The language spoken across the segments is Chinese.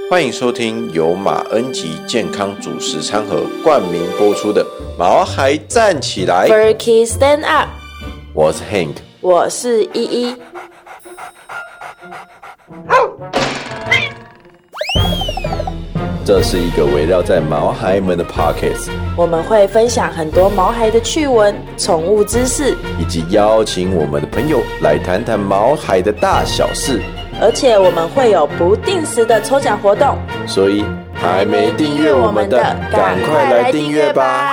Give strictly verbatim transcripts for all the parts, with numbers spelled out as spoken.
欢迎收听由马恩吉健康主食餐盒冠名播出的毛孩站起来 Furky Stand Up， 我是 Hank， 我是依依。 这是一个围绕在毛孩们的 Podcast， 我们会分享很多毛孩的趣闻、宠物知识， 以及邀请我们的朋友来谈谈毛孩的大小事， 而且我们会有不定时的抽奖活动， 所以还没订阅我们的，赶快来订阅吧！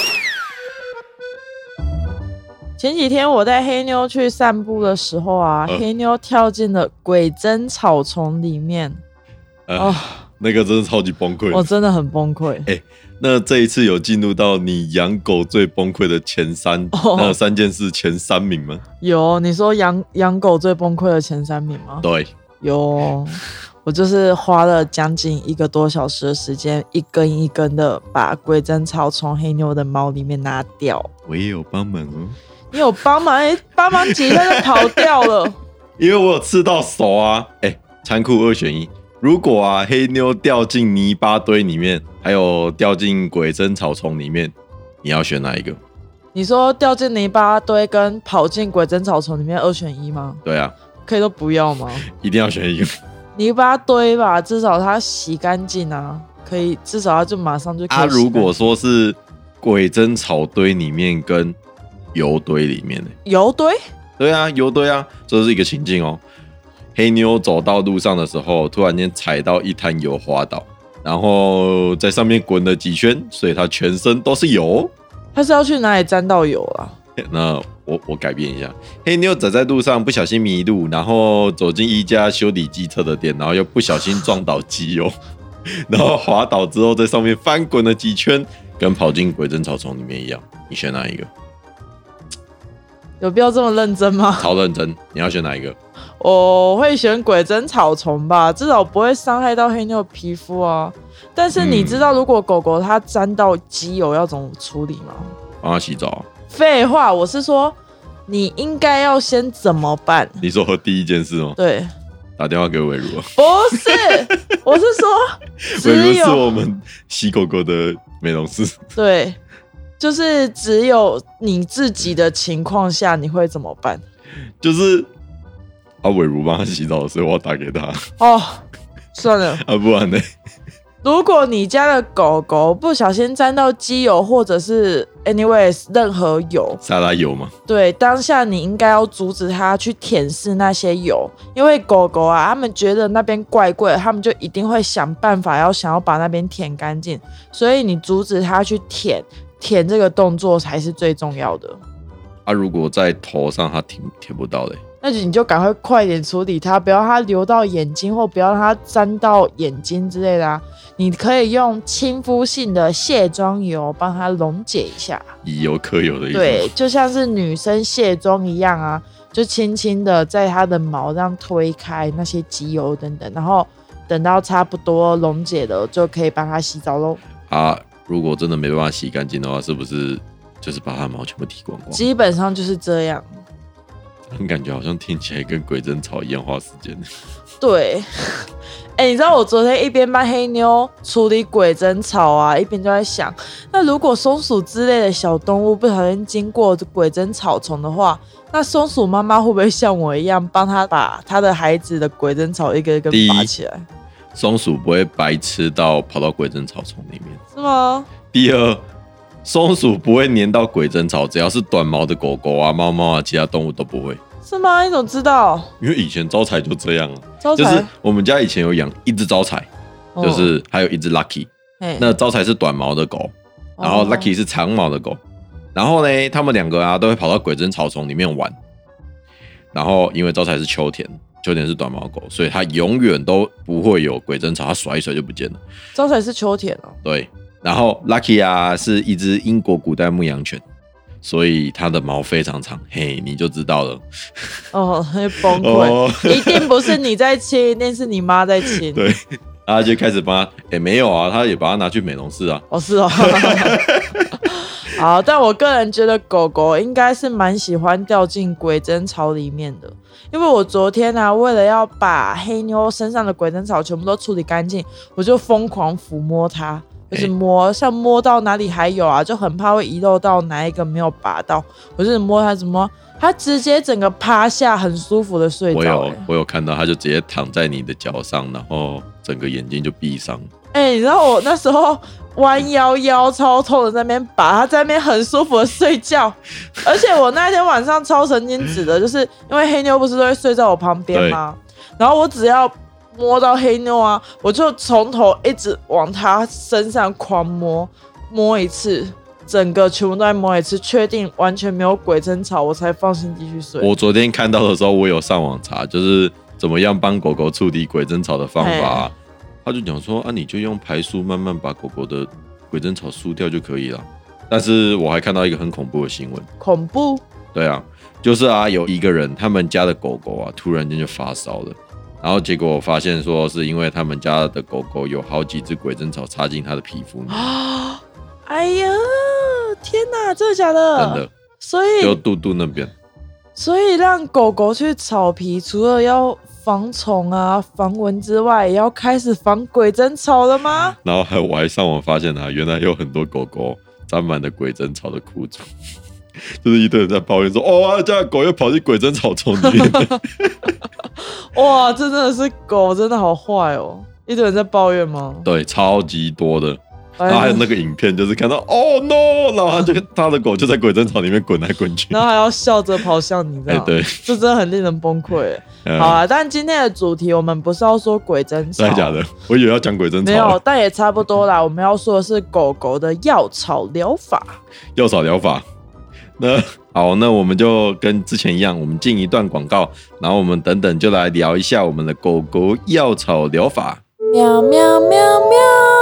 前几天我带黑妞去散步的时候啊，呃、黑妞跳进了鬼针草丛里面， 呃、哦，那个真的超级崩溃， 我真的很崩溃。 哎、欸，那这一次有进入到你养狗最崩溃的前三、哦、那三件事前三名吗？ 有，你说养养狗最崩溃的前三名吗？ 对， 有。我就是花了将近一个多小时的时间，一根一根的把鬼针草从黑妞的毛里面拿掉。 我也有帮忙哦。 你有帮忙？哎、欸，帮忙几下就跑掉了。 因为我有刺到手啊！哎、欸，残酷二选一。如果啊黑妞掉进泥巴堆里面，还有掉进鬼针草丛里面，你要选哪一个？ 你说掉进泥巴堆跟跑进鬼针草丛里面二选一吗？ 对啊。 可以都不要吗？ 一定要选一个。 泥巴堆吧，至少它洗干净啊，可以，至少它就马上就可以洗干净。 啊，如果说是鬼针草堆里面跟油堆里面呢？ 油堆？ 对啊，油堆啊，这是一个情境哦。黑妞走到路上的时候，突然间踩到一滩油滑倒，然后在上面滚了几圈，所以它全身都是油。 它是要去哪里沾到油啊？ 那我我改变一下，黑妞走在路上不小心迷路，然后走进一家修理机车的店，然后又不小心撞倒机油，然后滑倒之后在上面翻滚了几圈，跟跑进鬼针草丛里面一样。你选哪一个？ 有必要这么认真吗？ 超认真，你要选哪一个？ 我会选鬼针草丛吧，至少不会伤害到黑妞的皮肤啊。但是你知道，如果狗狗它沾到机油要怎么处理吗？ 帮它洗澡啊。 废话，我是说，你应该要先怎么办？ 你说第一件事吗？ 对， 打电话给伟如啊。 不是，我是说， 伟如是我们洗狗狗的美容师。对， 就是只有你自己的情况下，你会怎么办？ 就是啊，伟如帮他洗澡，所以我要打给他。 哦，算了， 啊，不然呢？ 如果你家的狗狗不小心沾到机油，或者是 anyways 任何油， 沙拉油吗？ 对，当下你应该要阻止它去舔舐那些油，因为狗狗啊，他们觉得那边怪怪，他们就一定会想办法要想要把那边舔干净，所以你阻止它去舔，舔这个动作才是最重要的。 啊，如果在头上它舔舔不到嘞？ 那你就赶快快点处理它，不要让它流到眼睛，或不要让它沾到眼睛之类的啊。你可以用亲肤性的卸妆油帮它溶解一下， 以油克油的意思。 对，就像是女生卸妆一样啊，就轻轻的在它的毛这样推开那些机油等等，然后等到差不多溶解了，就可以帮它洗澡咯。 啊，如果真的没办法洗干净的话，是不是就是把它的毛全部剃光光？ 基本上就是这样。 感觉好像听起来跟鬼针草一样花时间。 对，哎、欸，你知道我昨天一边帮黑妞处理鬼针草啊，一边就在想，那如果松鼠之类的小动物不小心经过鬼针草丛的话，那松鼠妈妈会不会像我一样，帮他把他的孩子的鬼针草一个一个拔起来？ 松鼠不会白痴到跑到鬼针草丛里面， 是吗？ 第二，松鼠不会粘到鬼针草，只要是短毛的狗狗啊、猫猫啊，其他动物都不会。 是吗？你怎么知道？ 因为以前招财就这样啊。 招财就是我们家以前有养一只招财，哦、就是还有一只 Lucky。那招财是短毛的狗，然后 Lucky 是长毛的狗。哦、然后呢，他们两个啊都会跑到鬼针草丛里面玩。然后因为招财是秋田，秋田是短毛狗，所以它永远都不会有鬼针草，它甩一甩就不见了。 招财是秋田哦。 对。然后 Lucky 啊是一只英国古代牧羊犬，所以它的毛非常长，嘿，你就知道了。 哦，会崩溃，哦、一定不是你在亲，一定是你妈在亲。 对，他就开始帮他，哎、欸，没有啊，他也把它拿去美容室啊。 哦，是哦。 好，但我个人觉得狗狗应该是蛮喜欢掉进鬼针草里面的，因为我昨天啊，为了要把黑妞身上的鬼针草全部都处理干净，我就疯狂抚摸它，就是摸，像摸到哪里还有啊，就很怕会遗漏到哪一个没有拔到，我就是摸它，怎么它直接整个趴下，很舒服的睡着、欸。 我有我有看到，它就直接躺在你的脚上，然后整个眼睛就闭上。 哎、欸，你知道我那时候弯腰腰超痛的在那边拔，它在那边很舒服的睡觉，而且我那天晚上超神经质的，就是因为黑妞不是都会睡在我旁边吗？然后我只要摸到黑妞啊，我就从头一直往它身上狂摸，摸一次，整个全部都在摸一次，确定完全没有鬼针草，我才放心继续睡。 我昨天看到的时候，我有上网查，就是怎么样帮狗狗处理鬼针草的方法、啊。他就讲说啊，你就用排梳慢慢把狗狗的鬼针草梳掉就可以了。但是我还看到一个很恐怖的新闻。 恐怖？ 对啊，就是啊，有一个人他们家的狗狗啊，突然间就发烧了，然后结果我发现说是因为他们家的狗狗有好几只鬼针草插进它的皮肤里面。 啊！哎呀，天哪，真的假的？ 真的。 所以就肚肚那边。 所以让狗狗去草皮，除了要防虫啊、防蚊之外，也要开始防鬼针草了吗？ 然后还我还上网发现啊，原来有很多狗狗沾满了鬼针草的苦楚，就是一堆人在抱怨说：“哦，啊，家的狗又跑进鬼针草丛里面。” 哇，这真的是狗，真的好坏哦！一堆人在抱怨吗？ 对，超级多的。然后还有那个影片，就是看到哦 no， 然后他就他的狗就在鬼针草里面滚来滚去， 然后还要笑着跑向你，这样、欸、 对， 这真的很令人崩溃。嗯、好啊，但今天的主题我们不是要说鬼针草， 真的假的？我以为要讲鬼针草， 没有，但也差不多啦。我们要说的是狗狗的药草疗法。 药草疗法，那好，那我们就跟之前一样，我们进一段广告，然后我们等等就来聊一下我们的狗狗药草疗法。 喵喵喵喵。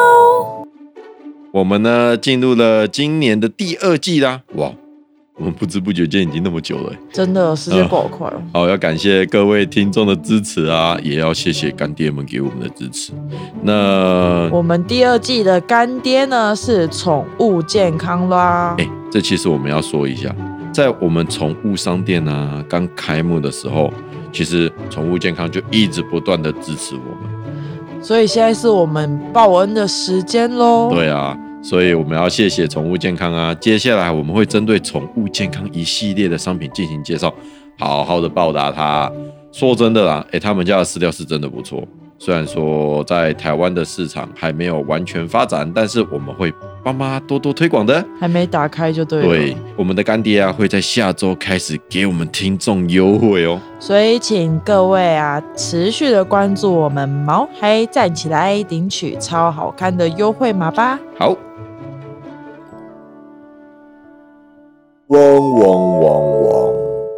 我们呢进入了今年的第二季啦，哇！我们不知不觉间已经那么久了， 真的时间过好快哦、呃。 好，要感谢各位听众的支持啊，也要谢谢干爹们给我们的支持。那我们第二季的干爹呢是宠物健康啦。 哎、欸，这其实我们要说一下，在我们宠物商店啊刚开幕的时候，其实宠物健康就一直不断的支持我们。 所以现在是我们报恩的时间咯。 对啊，所以我们要谢谢宠物健康啊。接下来我们会针对宠物健康一系列的商品进行介绍，好好的报答它。说真的啦，欸，他们家的饲料是真的不错。虽然说在台湾的市场还没有完全发展，但是我们会帮妈多多推广的。 还没打开就对了。 对，我们的干爹啊会在下周开始给我们听众优惠哦。 所以请各位啊持续的关注我们毛孩站起来，领取超好看的优惠码吧。 好。 嗡嗡嗡嗡。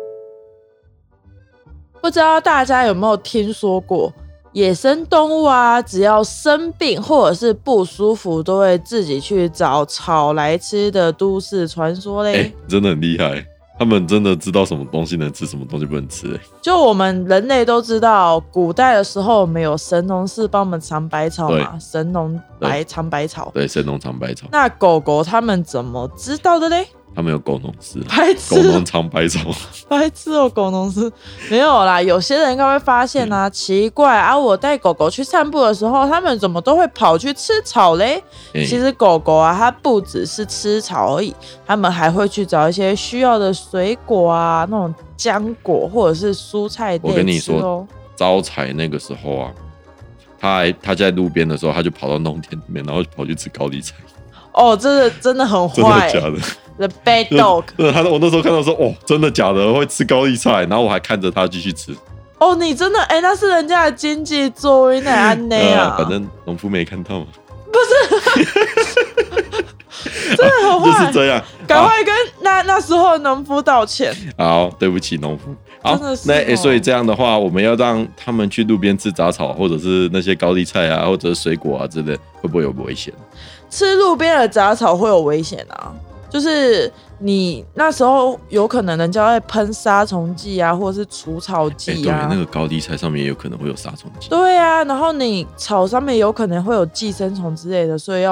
不知道大家有没有听说过，野生动物啊，只要生病或者是不舒服，都会自己去找草来吃的都市传说嘞。 欸，真的很厉害，他们真的知道什么东西能吃，什么东西不能吃。欸， 就我们人类都知道，古代的时候我们有神农氏帮我们尝百草嘛，神农来尝百草。 对，神农尝百草。 那狗狗他们怎么知道的嘞？ 他们有狗农师， 白痴， 狗农尝百草， 白痴哦，狗农师没有啦。有些人应该会发现啊，嗯、奇怪啊，我带狗狗去散步的时候，他们怎么都会跑去吃草嘞？欸、其实狗狗啊，它不只是吃草而已，它们还会去找一些需要的水果啊，那种浆果或者是蔬菜类吃哦。 我跟你说，招财那个时候啊，他还他在路边的时候，他就跑到农田里面，然后跑去吃高丽菜。 哦，真的真的很坏， 真的假的？ The bad dog。 他我那时候看到说，哦，真的假的？会吃高丽菜，然后我还看着他继续吃。 哦，你真的哎、欸，那是人家的经济作为那安内啊、 呃。反正农夫没看到嘛。 不是，真的很坏、 啊，就是这样。 赶快跟那那时候的农夫道歉。 好，对不起农夫。好， 真的是、哦、 那、欸、所以这样的话，我们要让他们去路边吃杂草，或者是那些高丽菜啊，或者是水果啊之类，会不会有危险？ 吃路边的杂草会有危险啊。就是你那时候有可能人家会喷杀虫剂啊，或者是除草剂啊、 欸。对，那个高丽菜上面也有可能会有杀虫剂。 对啊，然后你草上面有可能会有寄生虫之类的，所以要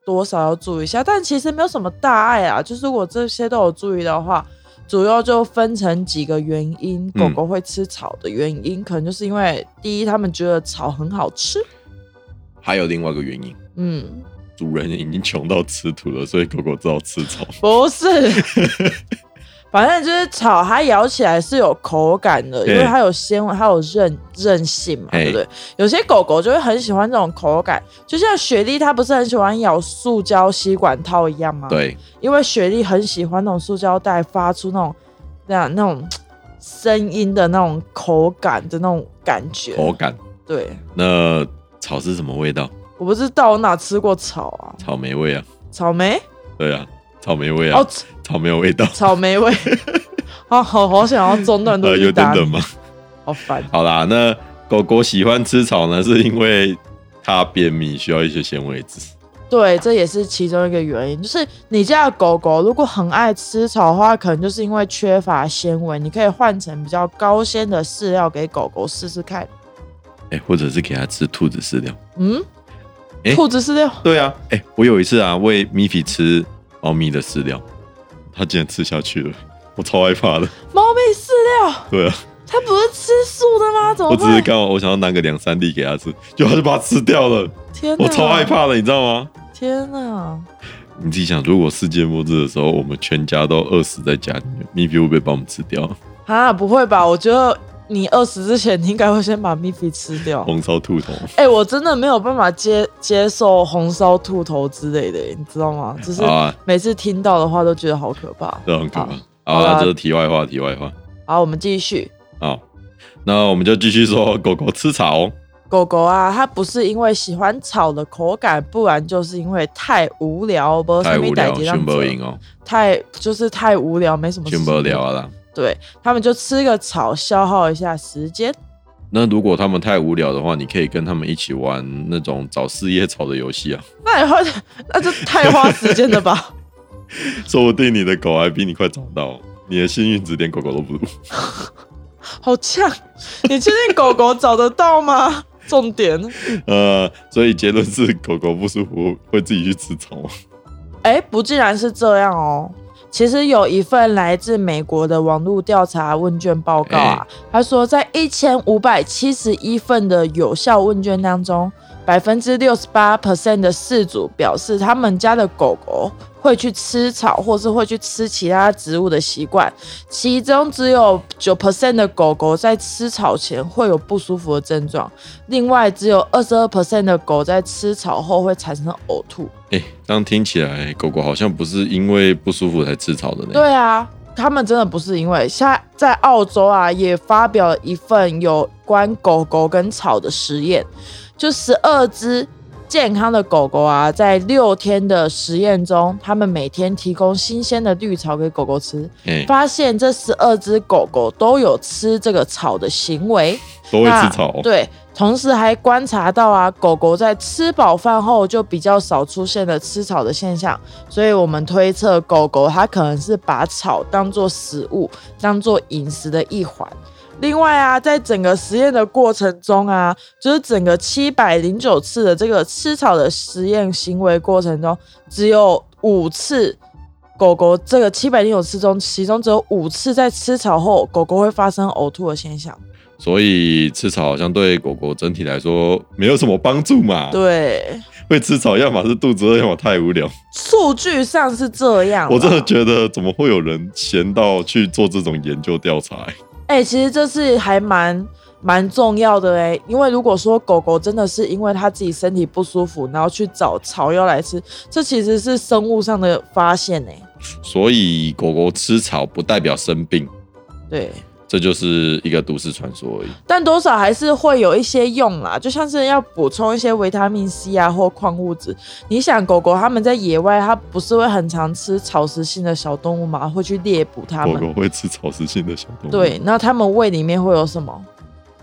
多少要注意一下，但其实没有什么大碍啊。就是如果这些都有注意的话，主要就分成几个原因，狗狗会吃草的原因，嗯、可能就是因为第一，他们觉得草很好吃， 还有另外一个原因，嗯，主人已经穷到吃土了，所以狗狗只好吃草。 不是。反正就是草，它咬起来是有口感的，因为它有纤维，它有韧韧性嘛，对不对？有些狗狗就会很喜欢这种口感，就像雪莉，它不是很喜欢咬塑胶吸管套一样吗？ 对， 因为雪莉很喜欢那种塑胶袋发出那种那样那种声音的那种口感的那种感觉。 口感， 对。 那草是什么味道？ 我不知道，我哪吃过草啊？ 草莓味啊。 草莓？ 对啊。草莓味啊！哦，草莓有味道， 草莓味啊，好好想要中断录音、呃、 有点冷吗？ 好烦。 好啦，那狗狗喜欢吃草呢，是因为它便秘，需要一些纤维质。 对，这也是其中一个原因。就是你家的狗狗如果很爱吃草的话，可能就是因为缺乏纤维。你可以换成比较高纤的饲料给狗狗试试看。 哎、欸，或者是给它吃兔子饲料。 嗯，欸、兔子饲料？ 对啊，哎、欸，我有一次啊，喂米菲吃猫咪的饲料，它竟然吃下去了，我超害怕的。 猫咪饲料？对啊，它不是吃素的吗？怎么会？ 我只是刚好我想要拿个两三粒给它吃，结果它就把它吃掉了。 天哪！ 我超害怕的，你知道吗？ 天哪！ 你自己想，如果世界末日的时候，我们全家都饿死在家里面，米菲会不会把我们吃掉？ 啊，不会吧？我觉得你饿死之前，你应该会先把米菲吃掉。 红烧兔头。哎、 欸，我真的没有办法接接受红烧兔头之类的，你知道吗？就是每次听到的话都觉得好可怕， 这、啊、很可怕。好了，这是题外话，题外话。 好，我们继续。 好，那我们就继续说狗狗吃草。 狗狗啊，它不是因为喜欢草的口感，不然就是因为太无聊， 太无聊，训不赢哦。 太就是太无聊，没什么事。 训不了啦。 对，他们就吃个草，消耗一下时间。 那如果他们太无聊的话，你可以跟他们一起玩那种找四叶草的游戏啊。 那也会，那就太花时间了吧？ 说不定你的狗还比你快找到，你的幸运值连狗狗都不如。 好呛！你确定狗狗找得到吗？重点。 呃，所以结论是狗狗不舒服会自己去吃草。 哎、欸，不竟然是这样哦。其实有一份来自美国的网络调查问卷报告啊，他、欸、说在一千五百七十一份的有效问卷当中，百分之六十八 percent 的饲主表示他们家的狗狗会去吃草或是会去吃其他植物的习惯，其中只有 百分之九 的狗狗在吃草前会有不舒服的症状，另外只有 百分之二十二 的狗在吃草后会产生呕吐。 哎、欸，这样听起来狗狗好像不是因为不舒服才吃草的呢。 对啊，他们真的不是因为。像在澳洲啊，也发表了一份有关狗狗跟草的实验，就十二只健康的狗狗啊，在六天的实验中，他们每天提供新鲜的绿草给狗狗吃，欸、发现这十二只狗狗都有吃这个草的行为， 都会吃草。 对，同时还观察到啊，狗狗在吃饱饭后就比较少出现了吃草的现象，所以我们推测狗狗它可能是把草当作食物，当作饮食的一环。另外啊，在整个实验的过程中啊，就是整个七百零九次的这个吃草的实验行为过程中，只有五次狗狗这个七百零九次中，其中只有五次在吃草后，狗狗会发生呕吐的现象。 所以吃草好像对狗狗整体来说没有什么帮助嘛。 对， 会吃草要么是肚子饿，要么太无聊。 数据上是这样。 我真的觉得怎么会有人闲到去做这种研究调查、欸？ 哎、欸，其实这是还蛮蛮重要的哎、欸，因为如果说狗狗真的是因为它自己身体不舒服，然后去找草药来吃，这其实是生物上的发现哎、欸。 所以狗狗吃草不代表生病， 对， 这就是一个都市传说而已。 但多少还是会有一些用啦，就像是要补充一些维他命 C 啊或矿物质。你想，狗狗它们在野外，它不是会很常吃草食性的小动物吗？会去猎捕它们。 狗狗会吃草食性的小动物。 对，那它们胃里面会有什么？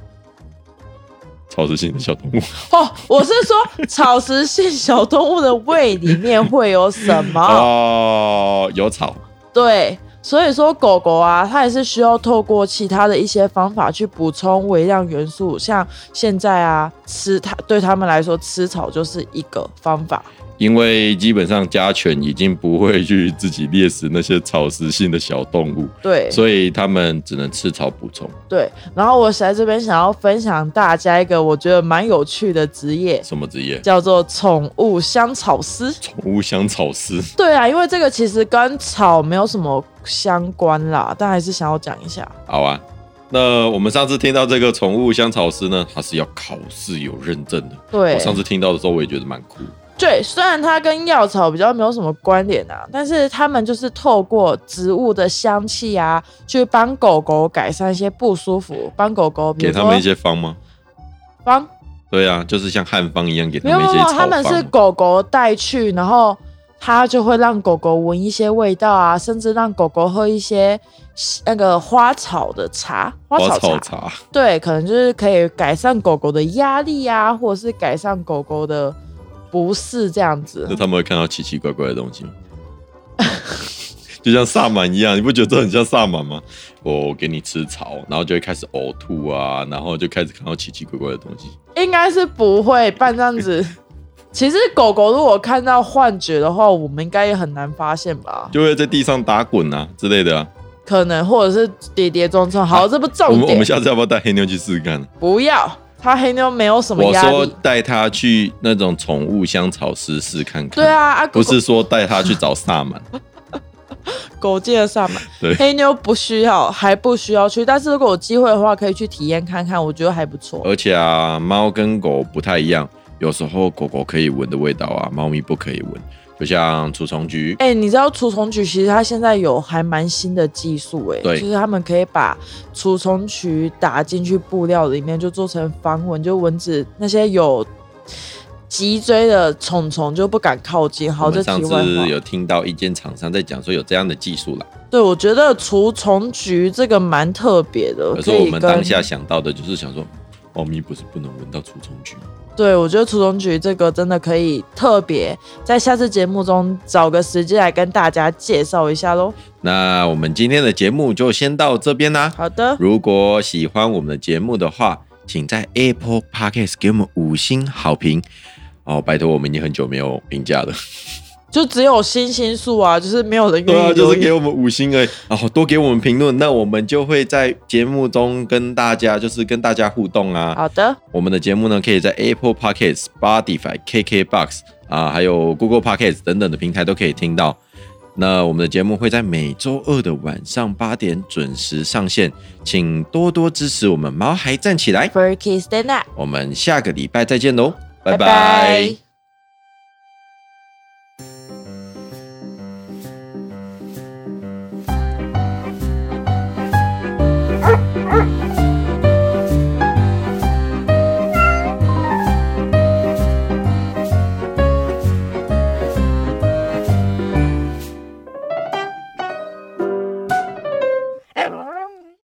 草食性的小动物。 哦，我是说草食性小动物的胃里面会有什么？ 哦，有草。 对。所以说狗狗啊，它也是需要透过其他的一些方法去补充微量元素，像现在啊， 吃它对他们来说吃草就是一个方法。 因为基本上家犬已经不会去自己猎食那些草食性的小动物， 对， 所以他们只能吃草补充。 对，然后我在这边想要分享大家一个我觉得蛮有趣的职业。 什么职业？ 叫做宠物香草师。 宠物香草师？ 对啊，因为这个其实跟草没有什么相关啦，但还是想要讲一下。 好啊，那我们上次听到这个宠物香草师呢，它是要考试有认证的。 对， 我上次听到的时候，我也觉得蛮酷。 对，虽然它跟药草比较没有什么关联啊，但是他们就是透过植物的香气啊，去帮狗狗改善一些不舒服，帮狗狗给他们一些方吗？ 方？ 对啊，就是像汉方一样给他们一些草方。 他们是狗狗带去，然后它就会让狗狗闻一些味道啊，甚至让狗狗喝一些那个花草的茶，花草 茶, 花草茶。 对，可能就是可以改善狗狗的压力啊，或者是改善狗狗的不是这样子。 那他们会看到奇奇怪怪的东西吗？就像萨满一样，你不觉得这很像萨满吗？我给你吃草，然后就会开始呕吐啊，然后就开始看到奇奇怪怪的东西。 应该是不会办这样子。其实狗狗如果看到幻觉的话，我们应该也很难发现吧？ 就会在地上打滚啊之类的啊。 可能，或者是跌跌撞撞。好，啊、这不重点。 我们我们下次要不要带黑妞去试试看？ 不要。他黑妞没有什么压力。 我说带他去那种宠物香草师试看看。 对啊，啊不是说带他去找萨满。 狗界的萨满。 对， 黑妞不需要，还不需要去。但是如果有机会的话，可以去体验看看，我觉得还不错。 而且啊，猫跟狗不太一样，有时候狗狗可以闻的味道啊，猫咪不可以闻。就像除虫菊， 哎、欸，你知道除虫菊其实它现在有还蛮新的技术，哎，就是他们可以把除虫菊打进去布料里面，就做成防蚊，就蚊子那些有脊椎的虫虫就不敢靠近。好，这题外话。 我们上次有听到一间厂商在讲说有这样的技术啦。 对，我觉得除虫菊这个蛮特别的。 可是我们当下想到的就是想说，猫咪不是不能闻到除虫菊吗？ 对，我觉得除虫菊这个真的可以特别在下次节目中找个时间来跟大家介绍一下咯。 那我们今天的节目就先到这边啦。 好的， 如果喜欢我们的节目的话，请在 Apple Podcast 给我们五星好评哦，拜托，我们已经很久没有评价了。 就只有星星数啊，就是没有人愿意留言， 对啊，就是给我们五星而已，然后多给我们评论，那我们就会在节目中跟大家，就是跟大家互动啊。 好的， 我们的节目呢，可以在 Apple Podcast、Spotify、K K Box 啊，还有 Google Podcast 等等的平台都可以听到。那我们的节目会在每周二的晚上八点准时上线，请多多支持我们毛孩站起来 ，Furky Stand Up， 我们下个礼拜再见喽，拜拜。 拜拜。